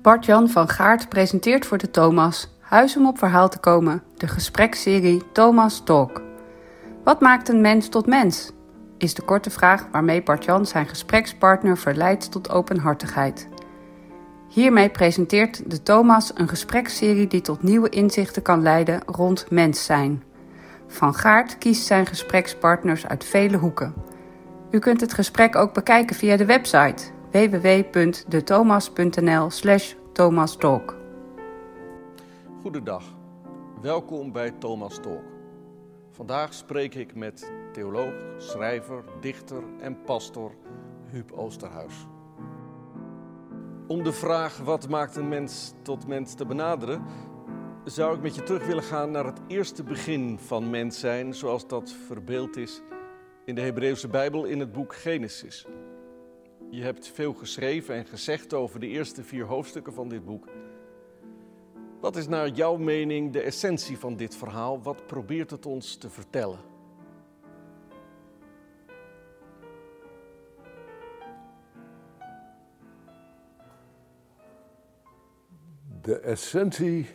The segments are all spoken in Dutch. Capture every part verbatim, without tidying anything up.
Bart-Jan van Gaart presenteert voor de Thomas Huis om op verhaal te komen, de gespreksserie Thomas Talk. Wat maakt een mens tot mens? Is de korte vraag waarmee Bart-Jan zijn gesprekspartner verleidt tot openhartigheid. Hiermee presenteert de Thomas een gespreksserie die tot nieuwe inzichten kan leiden rond mens zijn. Van Gaart kiest zijn gesprekspartners uit vele hoeken. U kunt het gesprek ook bekijken via de website w w w punt de thomas punt n l slash thomas talk. Goedendag, welkom bij Thomas Talk. Vandaag spreek ik met theoloog, schrijver, dichter en pastor Huub Oosterhuis. Om de vraag wat maakt een mens tot mens te benaderen, zou ik met je terug willen gaan naar het eerste begin van mens zijn, zoals dat verbeeld is in de Hebreeuwse Bijbel in het boek Genesis. Je hebt veel geschreven en gezegd over de eerste vier hoofdstukken van dit boek. Wat is naar jouw mening de essentie van dit verhaal? Wat probeert het ons te vertellen? De essentie,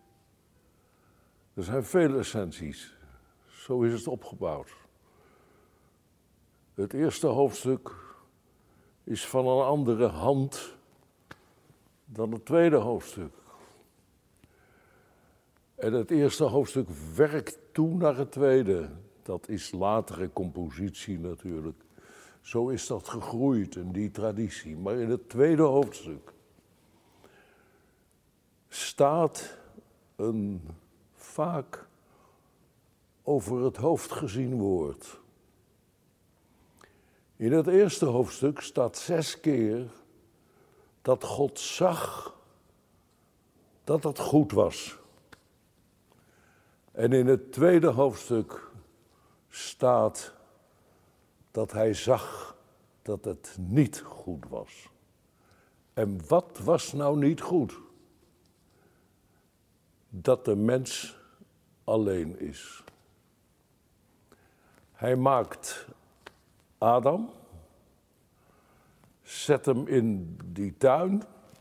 er zijn vele essenties. Zo is het opgebouwd. Het eerste hoofdstuk is van een andere hand dan het tweede hoofdstuk. En het eerste hoofdstuk werkt toe naar het tweede. Dat is latere compositie natuurlijk. Zo is dat gegroeid in die traditie. Maar in het tweede hoofdstuk staat een vaak over het hoofd gezien woord. In het eerste hoofdstuk staat zes keer dat God zag dat het goed was. En in het tweede hoofdstuk staat dat hij zag dat het niet goed was. En wat was nou niet goed? Dat de mens alleen is. Hij maakt Adam, zet hem in die tuin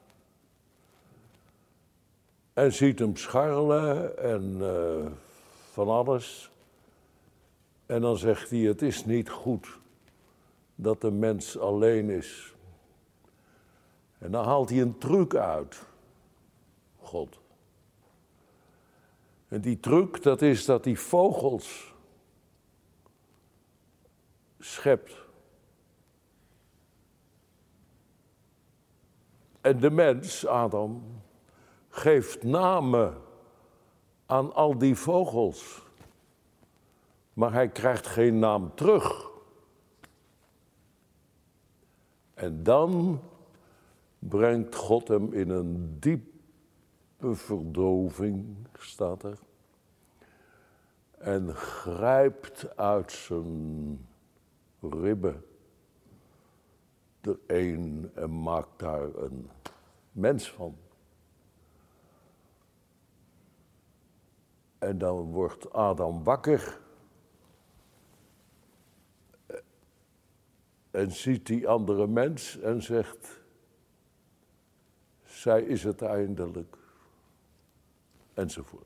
en ziet hem scharrelen en uh, van alles. En dan zegt hij, het is niet goed dat de mens alleen is. En dan haalt hij een truc uit, God. En die truc, dat is dat hij vogels schept. En de mens, Adam, geeft namen aan al die vogels. Maar hij krijgt geen naam terug. En dan brengt God hem in een diepe verdoving, staat er. En grijpt uit zijn ribben er een en maakt daar een mens van. En dan wordt Adam wakker en ziet die andere mens en zegt, zij is het eindelijk, enzovoort.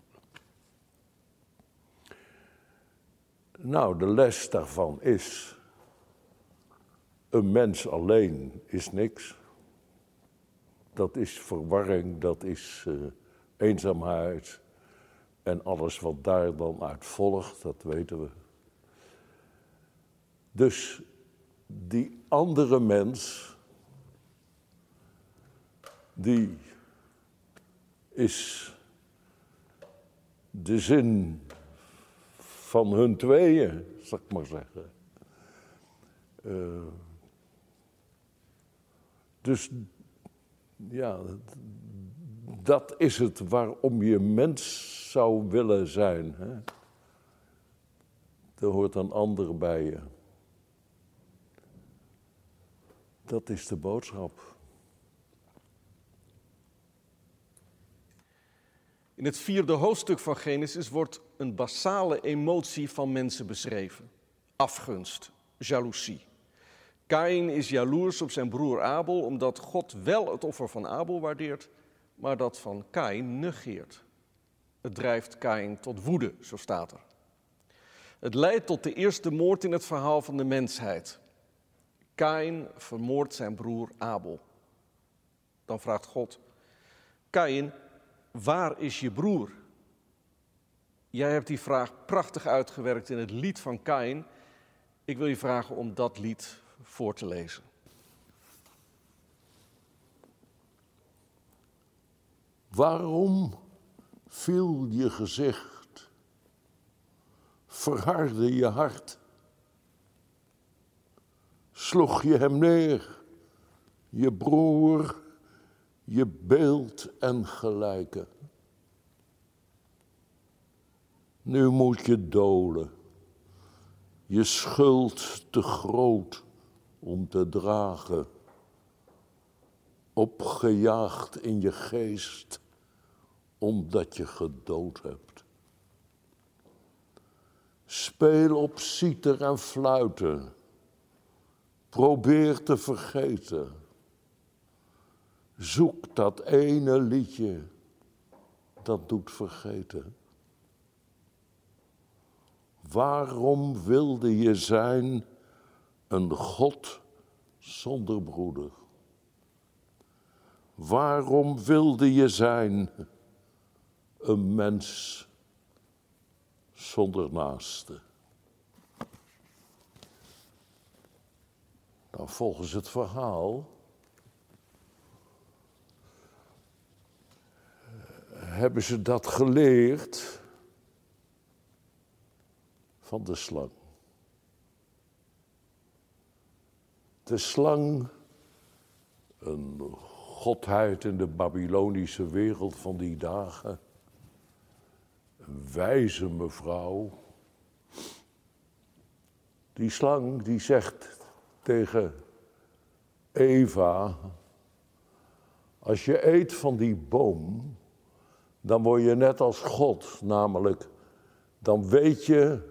Nou, de les daarvan is, een mens alleen is niks. Dat is verwarring, dat is uh, eenzaamheid en alles wat daar dan uit volgt, dat weten we. Dus die andere mens, die is de zin van hun tweeën, zal ik maar zeggen. Uh, dus ja, dat is het waarom je mens zou willen zijn. Hè? Er hoort een ander bij je. Dat is de boodschap. In het vierde hoofdstuk van Genesis wordt een basale emotie van mensen beschreven. Afgunst, jaloezie. Kaïn is jaloers op zijn broer Abel, omdat God wel het offer van Abel waardeert, maar dat van Kaïn negeert. Het drijft Kaïn tot woede, zo staat er. Het leidt tot de eerste moord in het verhaal van de mensheid. Kaïn vermoordt zijn broer Abel. Dan vraagt God: Kaïn, waar is je broer? Jij hebt die vraag prachtig uitgewerkt in het lied van Kaïn. Ik wil je vragen om dat lied voor te lezen. Waarom viel je gezicht, verhardde je hart, sloeg je hem neer, je broer, je beeld en gelijke? Nu moet je dolen, je schuld te groot om te dragen, opgejaagd in je geest, omdat je gedood hebt. Speel op citer en fluiten, probeer te vergeten. Zoek dat ene liedje, dat doet vergeten. Waarom wilde je zijn een God zonder broeder? Waarom wilde je zijn een mens zonder naaste? Nou, volgens het verhaal hebben ze dat geleerd van de slang. De slang, een godheid in de Babylonische wereld van die dagen. Een wijze mevrouw. Die slang die zegt tegen Eva: als je eet van die boom, dan word je net als God. Namelijk, dan weet je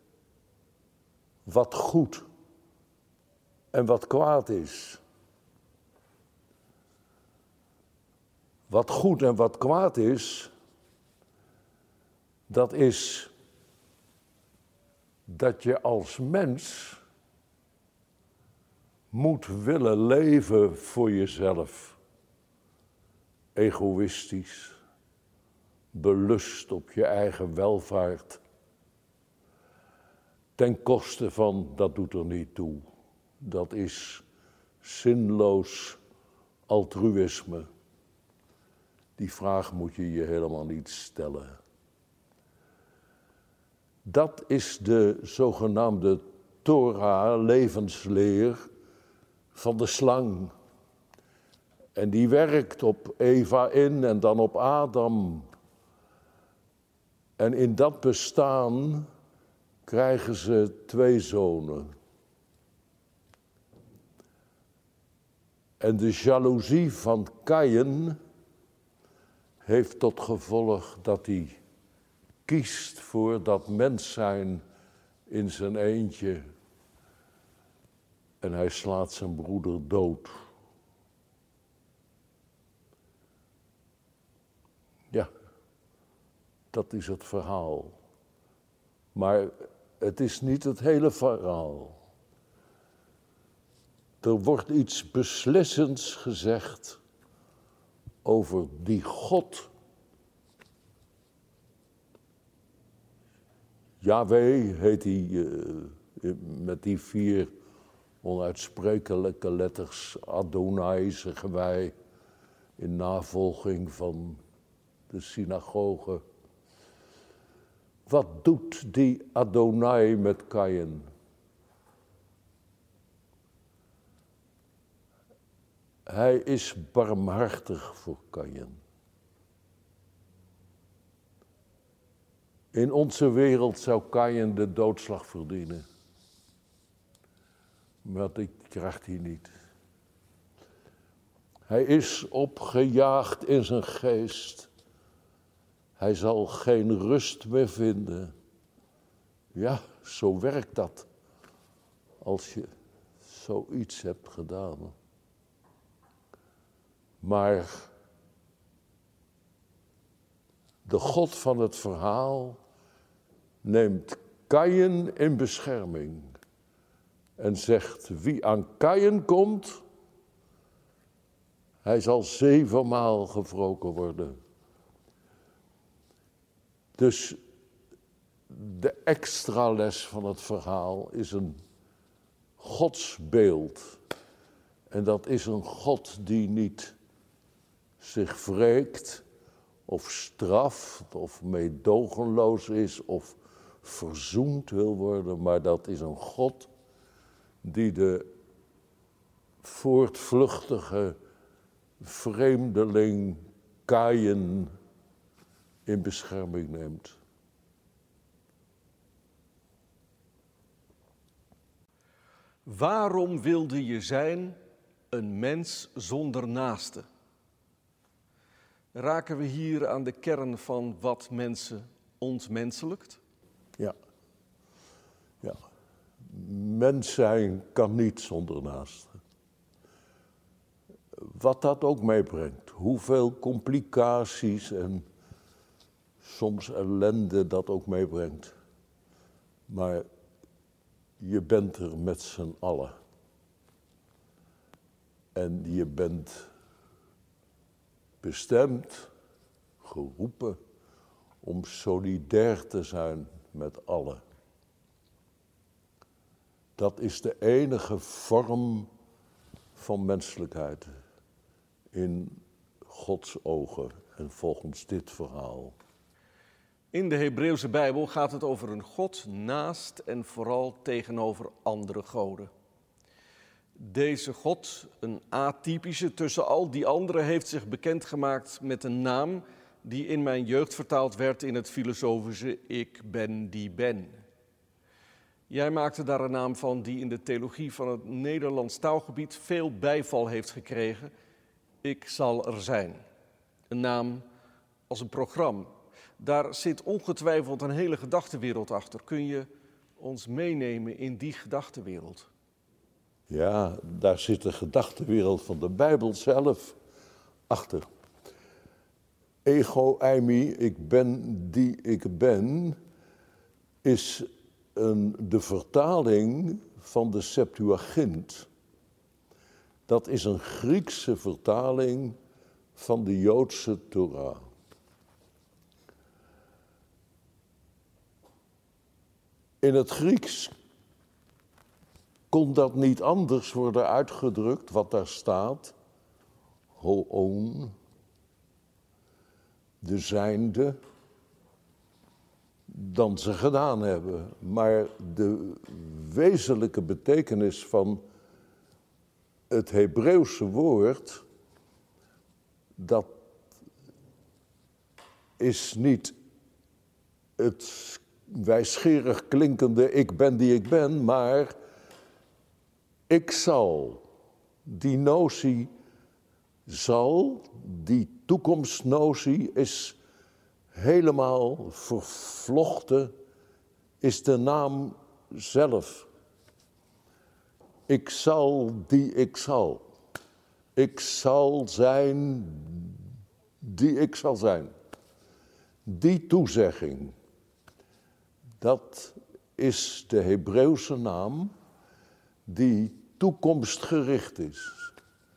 wat goed en wat kwaad is. Wat goed en wat kwaad is, dat is dat je als mens moet willen leven voor jezelf. Egoïstisch, belust op je eigen welvaart. Ten koste van, dat doet er niet toe. Dat is zinloos altruïsme. Die vraag moet je je helemaal niet stellen. Dat is de zogenaamde Torah, levensleer van de slang. En die werkt op Eva in en dan op Adam. En in dat bestaan krijgen ze twee zonen. En de jaloezie van Kaïn heeft tot gevolg dat hij kiest voor dat mens zijn in zijn eentje. En hij slaat zijn broeder dood. Ja, dat is het verhaal. Maar het is niet het hele verhaal. Er wordt iets beslissends gezegd over die God. Yahweh heet hij uh, met die vier onuitsprekelijke letters. Adonai zeggen wij in navolging van de synagoge. Wat doet die Adonai met Kaïn? Hij is barmhartig voor Kaïn. In onze wereld zou Kaïn de doodslag verdienen. Maar die krijgt hij niet. Hij is opgejaagd in zijn geest. Hij zal geen rust meer vinden. Ja, zo werkt dat. Als je zoiets hebt gedaan. Maar de God van het verhaal, neemt Kaïn in bescherming en zegt, wie aan Kaïn komt, hij zal zevenmaal gewroken worden. Dus de extra les van het verhaal is een godsbeeld. En dat is een God die niet zich wreekt of straft of meedogenloos is of verzoend wil worden, maar dat is een God die de voortvluchtige vreemdeling Kaïn in bescherming neemt. Waarom wilde je zijn een mens zonder naaste? Raken we hier aan de kern van wat mensen ontmenselijkt? Ja. Ja. Mens zijn kan niet zonder naaste. Wat dat ook meebrengt, hoeveel complicaties en soms ellende dat ook meebrengt. Maar je bent er met z'n allen. En je bent bestemd, geroepen om solidair te zijn met allen. Dat is de enige vorm van menselijkheid in Gods ogen en volgens dit verhaal. In de Hebreeuwse Bijbel gaat het over een God naast en vooral tegenover andere goden. Deze God, een atypische tussen al die anderen, heeft zich bekendgemaakt met een naam die in mijn jeugd vertaald werd in het filosofische ik ben die ben. Jij maakte daar een naam van die in de theologie van het Nederlands taalgebied veel bijval heeft gekregen. Ik zal er zijn. Een naam als een programma. Daar zit ongetwijfeld een hele gedachtenwereld achter. Kun je ons meenemen in die gedachtenwereld? Ja, daar zit de gedachtenwereld van de Bijbel zelf achter. Ego eimi, ik ben die ik ben, is een, de vertaling van de Septuagint. Dat is een Griekse vertaling van de Joodse Torah. In het Grieks kon dat niet anders worden uitgedrukt, wat daar staat. Hoon, de zijnde, dan ze gedaan hebben. Maar de wezenlijke betekenis van het Hebreeuwse woord, dat is niet het wijsgerig klinkende ik ben die ik ben, maar ik zal. Die notie zal, die toekomstnotie is helemaal vervlochten, is de naam zelf. Ik zal die ik zal. Ik zal zijn die ik zal zijn. Die toezegging, dat is de Hebreeuwse naam die toekomstgericht is.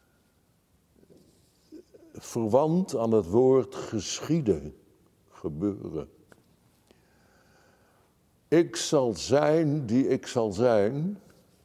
Verwant aan het woord geschieden, gebeuren. Ik zal zijn die ik zal zijn,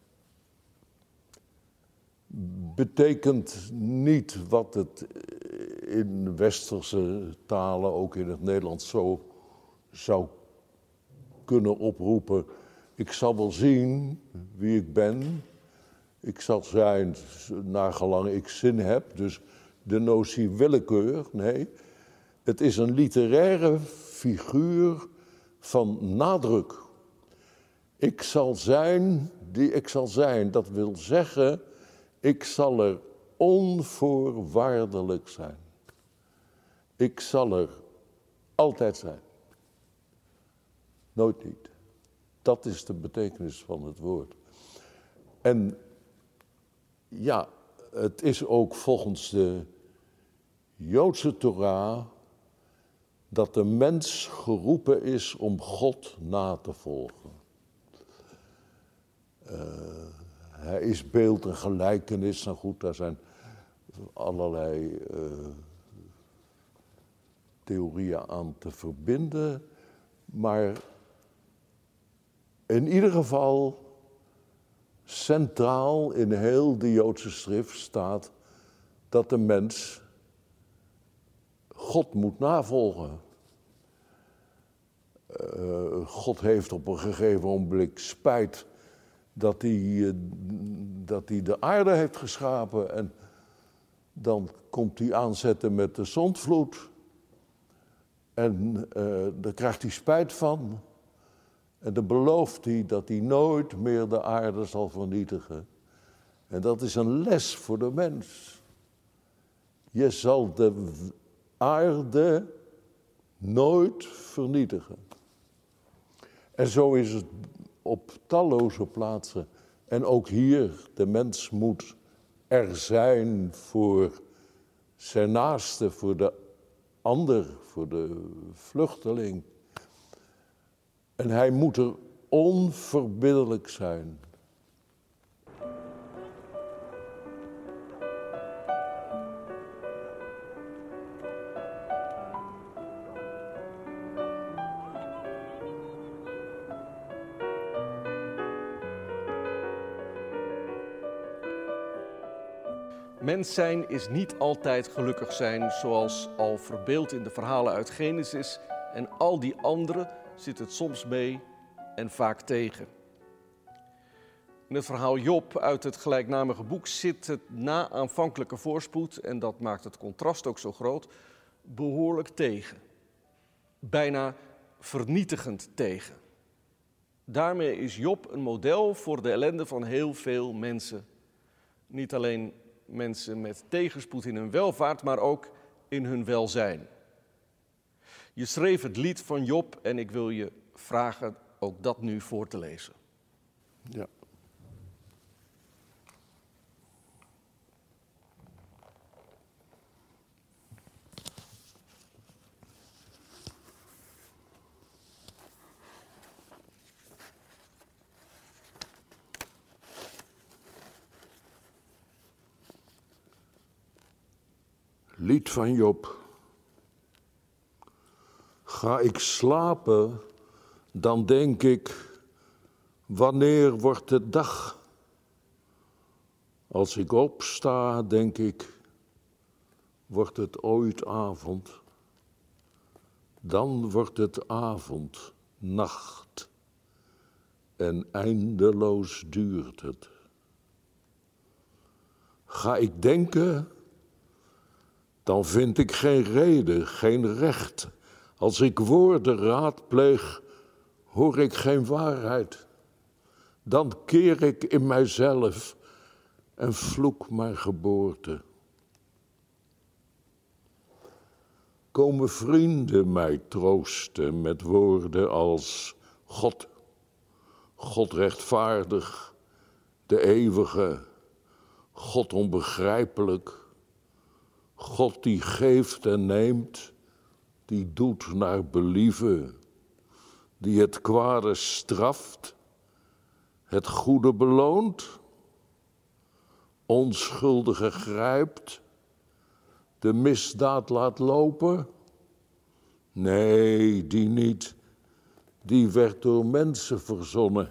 betekent niet wat het in westerse talen, ook in het Nederlands, zo zou kunnen oproepen. Ik zal wel zien wie ik ben. Ik zal zijn naargelang ik zin heb. Dus de notie willekeur, nee. Het is een literaire figuur van nadruk. Ik zal zijn die ik zal zijn. Dat wil zeggen, ik zal er onvoorwaardelijk zijn. Ik zal er altijd zijn. Nooit niet. Dat is de betekenis van het woord. En ja, het is ook volgens de Joodse Torah dat de mens geroepen is om God na te volgen. Uh, hij is beeld en gelijkenis. Nou goed, daar zijn allerlei uh, theorieën aan te verbinden. Maar in ieder geval centraal in heel de Joodse schrift staat dat de mens God moet navolgen. Uh, God heeft op een gegeven ogenblik spijt dat hij, uh, dat hij de aarde heeft geschapen. En dan komt hij aanzetten met de zondvloed. En uh, daar krijgt hij spijt van. En dan belooft hij dat hij nooit meer de aarde zal vernietigen. En dat is een les voor de mens. Je zal de aarde nooit vernietigen. En zo is het op talloze plaatsen. En ook hier, de mens moet er zijn voor zijn naaste, voor de ander, voor de vluchteling. En hij moet er onverbiddelijk zijn. Mens zijn is niet altijd gelukkig zijn, zoals al verbeeld in de verhalen uit Genesis. En al die anderen zit het soms mee en vaak tegen. In het verhaal Job uit het gelijknamige boek zit het na aanvankelijke voorspoed, en dat maakt het contrast ook zo groot, behoorlijk tegen. Bijna vernietigend tegen. Daarmee is Job een model voor de ellende van heel veel mensen. Niet alleen mensen met tegenspoed in hun welvaart, maar ook in hun welzijn. Je schreef het lied van Job en ik wil je vragen ook dat nu voor te lezen. Ja. Lied van Job. Ga ik slapen, dan denk ik, wanneer wordt het dag? Als ik opsta, denk ik, wordt het ooit avond? Dan wordt het avond, nacht, en eindeloos duurt het. Ga ik denken, dan vind ik geen reden, geen recht. Als ik woorden raadpleeg, hoor ik geen waarheid. Dan keer ik in mijzelf en vloek mijn geboorte. Komen vrienden mij troosten met woorden als God, God rechtvaardig, de eeuwige, God onbegrijpelijk, God die geeft en neemt, die doet naar believen, die het kwade straft, het goede beloont, onschuldige grijpt, de misdaad laat lopen? Nee, die niet, die werd door mensen verzonnen.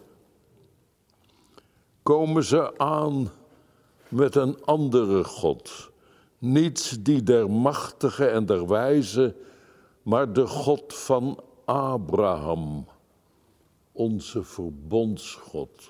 Komen ze aan met een andere God, niet die der machtige en der wijze, maar de God van Abraham, onze verbondsgod,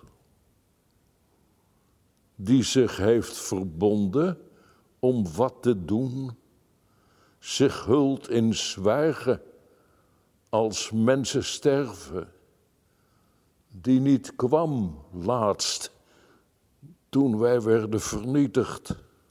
die zich heeft verbonden om wat te doen, zich hult in zwijgen als mensen sterven, die niet kwam laatst toen wij werden vernietigd.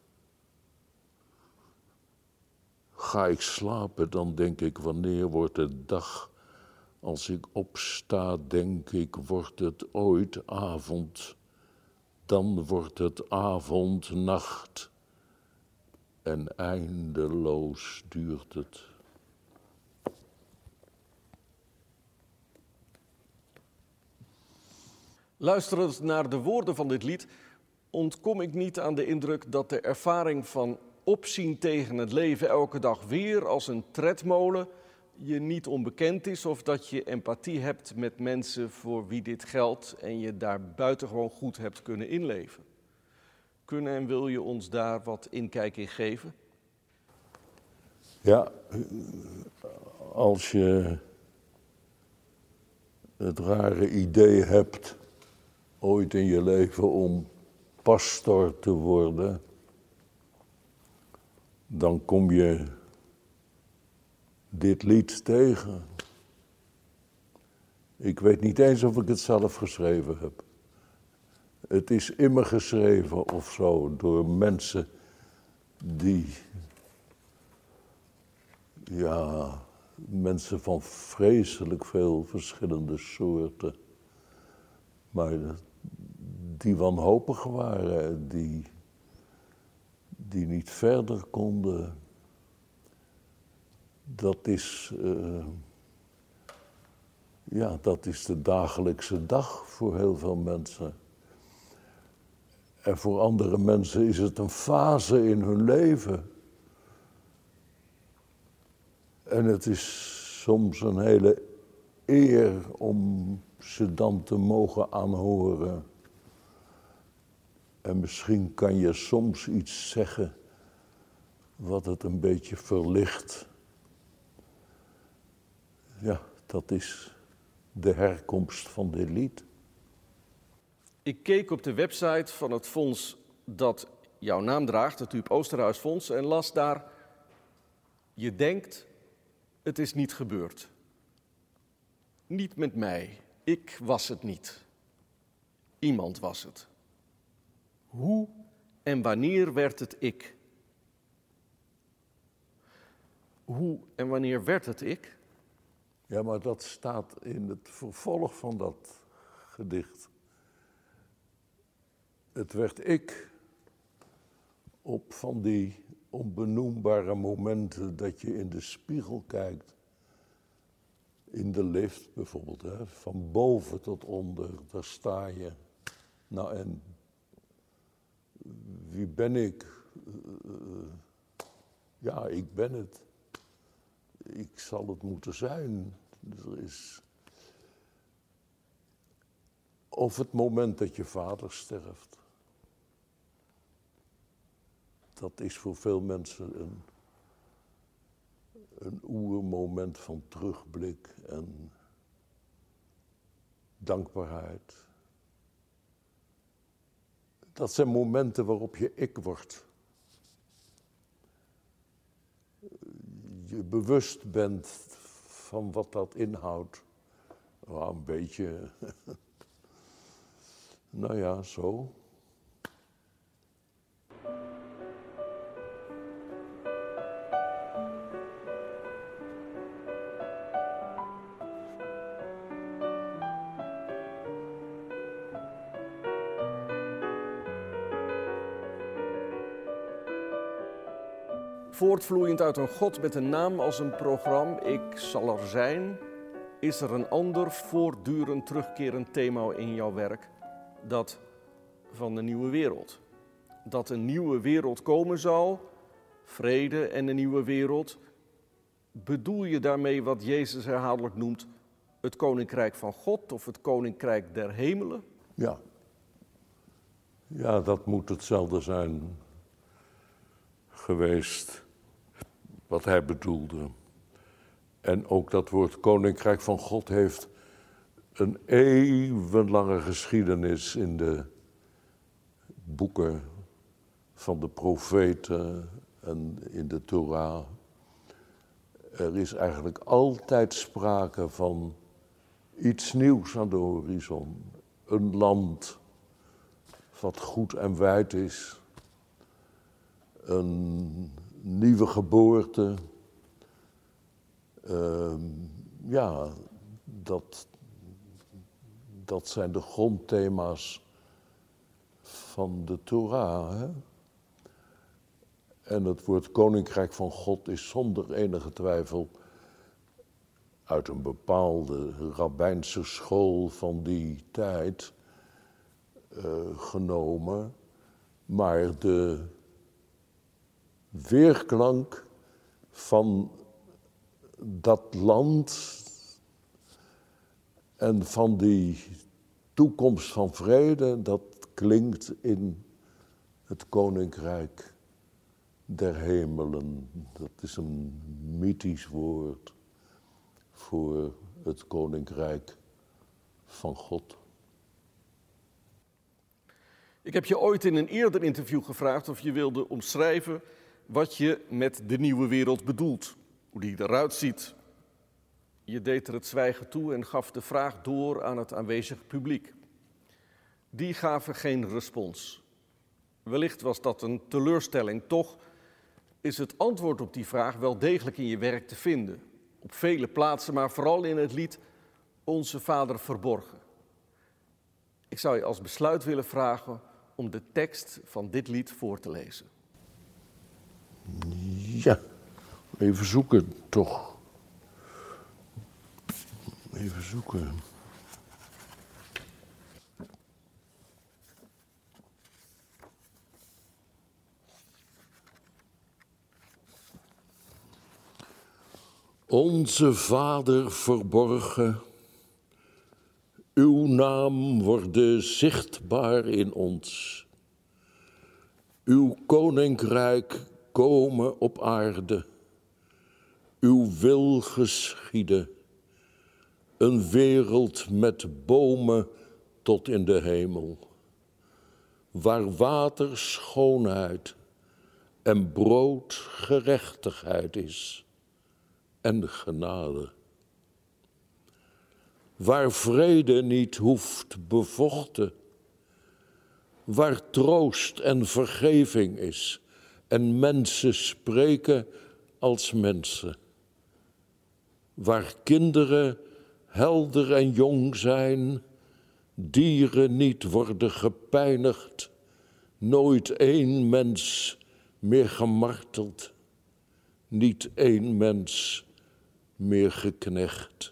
Ga ik slapen, dan denk ik, wanneer wordt het dag? Als ik opsta, denk ik, wordt het ooit avond? Dan wordt het avond, nacht, en eindeloos duurt het. Luisterend naar de woorden van dit lied ontkom ik niet aan de indruk dat de ervaring van opzien tegen het leven elke dag weer als een tredmolen je niet onbekend is, of dat je empathie hebt met mensen voor wie dit geldt en je daar buitengewoon goed hebt kunnen inleven. Kunnen en wil je ons daar wat inkijk in geven? Ja, als je het rare idee hebt ooit in je leven om pastor te worden, dan kom je dit lied tegen. Ik weet niet eens of ik het zelf geschreven heb. Het is immer geschreven of zo door mensen die, ja, mensen van vreselijk veel verschillende soorten, maar die wanhopig waren, die, die niet verder konden. Dat is, uh, ja, dat is de dagelijkse dag voor heel veel mensen. En voor andere mensen is het een fase in hun leven. En het is soms een hele eer om ze dan te mogen aanhoren. En misschien kan je soms iets zeggen wat het een beetje verlicht. Ja, dat is de herkomst van dit lied. Ik keek op de website van het fonds dat jouw naam draagt, het Huub Oosterhuisfonds, en las daar: je denkt, het is niet gebeurd. Niet met mij, ik was het niet. Iemand was het. Hoe en wanneer werd het ik? Hoe en wanneer werd het ik? Ja, maar dat staat in het vervolg van dat gedicht. Het werd ik op van die onbenoembare momenten dat je in de spiegel kijkt. In de lift bijvoorbeeld, hè, van boven tot onder, daar sta je. Nou en wie ben ik? Uh, ja, ik ben het. Ik zal het moeten zijn. Er is... Of het moment dat je vader sterft. Dat is voor veel mensen een, een oermoment van terugblik en dankbaarheid. Dat zijn momenten waarop je ik wordt. Je bewust bent van wat dat inhoudt. Nou, een beetje, nou ja, zo. Voortvloeiend uit een God met een naam als een programma, ik zal er zijn, is er een ander voortdurend terugkerend thema in jouw werk, dat van de nieuwe wereld. Dat een nieuwe wereld komen zal, vrede en een nieuwe wereld. Bedoel je daarmee wat Jezus herhaaldelijk noemt het koninkrijk van God of het koninkrijk der hemelen? Ja. Ja, dat moet hetzelfde zijn geweest wat hij bedoelde. En ook dat woord koninkrijk van God heeft een eeuwenlange geschiedenis in de boeken van de profeten en in de Torah. Er is eigenlijk altijd sprake van iets nieuws aan de horizon. Een land wat goed en wijd is. Een nieuwe geboorte. Uh, ja, dat, dat zijn de grondthema's van de Torah. Hè? En het woord koninkrijk van God is zonder enige twijfel uit een bepaalde rabbijnse school van die tijd uh, genomen, maar de weerklank van dat land en van die toekomst van vrede, dat klinkt in het Koninkrijk der Hemelen. Dat is een mythisch woord voor het Koninkrijk van God. Ik heb je ooit in een eerder interview gevraagd of je wilde omschrijven wat je met de nieuwe wereld bedoelt. Hoe die eruit ziet. Je deed er het zwijgen toe en gaf de vraag door aan het aanwezige publiek. Die gaven geen respons. Wellicht was dat een teleurstelling. Toch is het antwoord op die vraag wel degelijk in je werk te vinden. Op vele plaatsen, maar vooral in het lied Onze Vader verborgen. Ik zou je als besluit willen vragen om de tekst van dit lied voor te lezen. Ja, even zoeken toch. Even zoeken. Onze Vader verborgen, uw naam wordt zichtbaar in ons. Uw koninkrijk komen op aarde, uw wil geschieden. Een wereld met bomen tot in de hemel, waar water schoonheid en brood gerechtigheid is en genade. Waar vrede niet hoeft bevochten, waar troost en vergeving is en mensen spreken als mensen. Waar kinderen helder en jong zijn, dieren niet worden gepijnigd, nooit één mens meer gemarteld, niet één mens meer geknecht.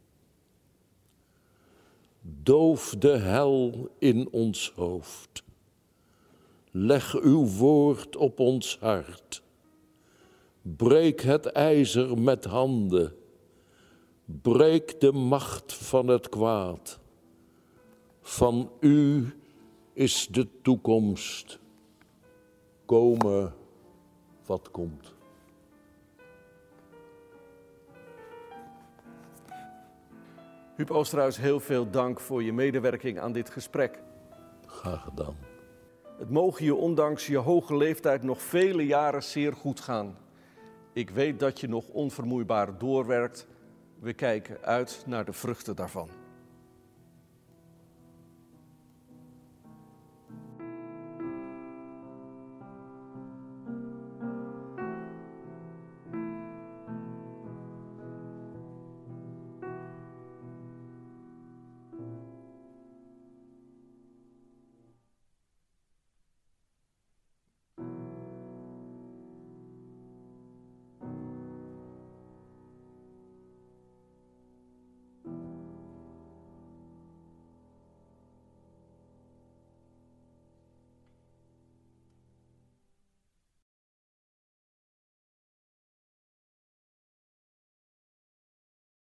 Doof de hel in ons hoofd. Leg uw woord op ons hart. Breek het ijzer met handen. Breek de macht van het kwaad. Van u is de toekomst. Komen wat komt. Huub Oosterhuis, heel veel dank voor je medewerking aan dit gesprek. Graag gedaan. Het mogen je ondanks je hoge leeftijd nog vele jaren zeer goed gaan. Ik weet dat je nog onvermoeibaar doorwerkt. We kijken uit naar de vruchten daarvan.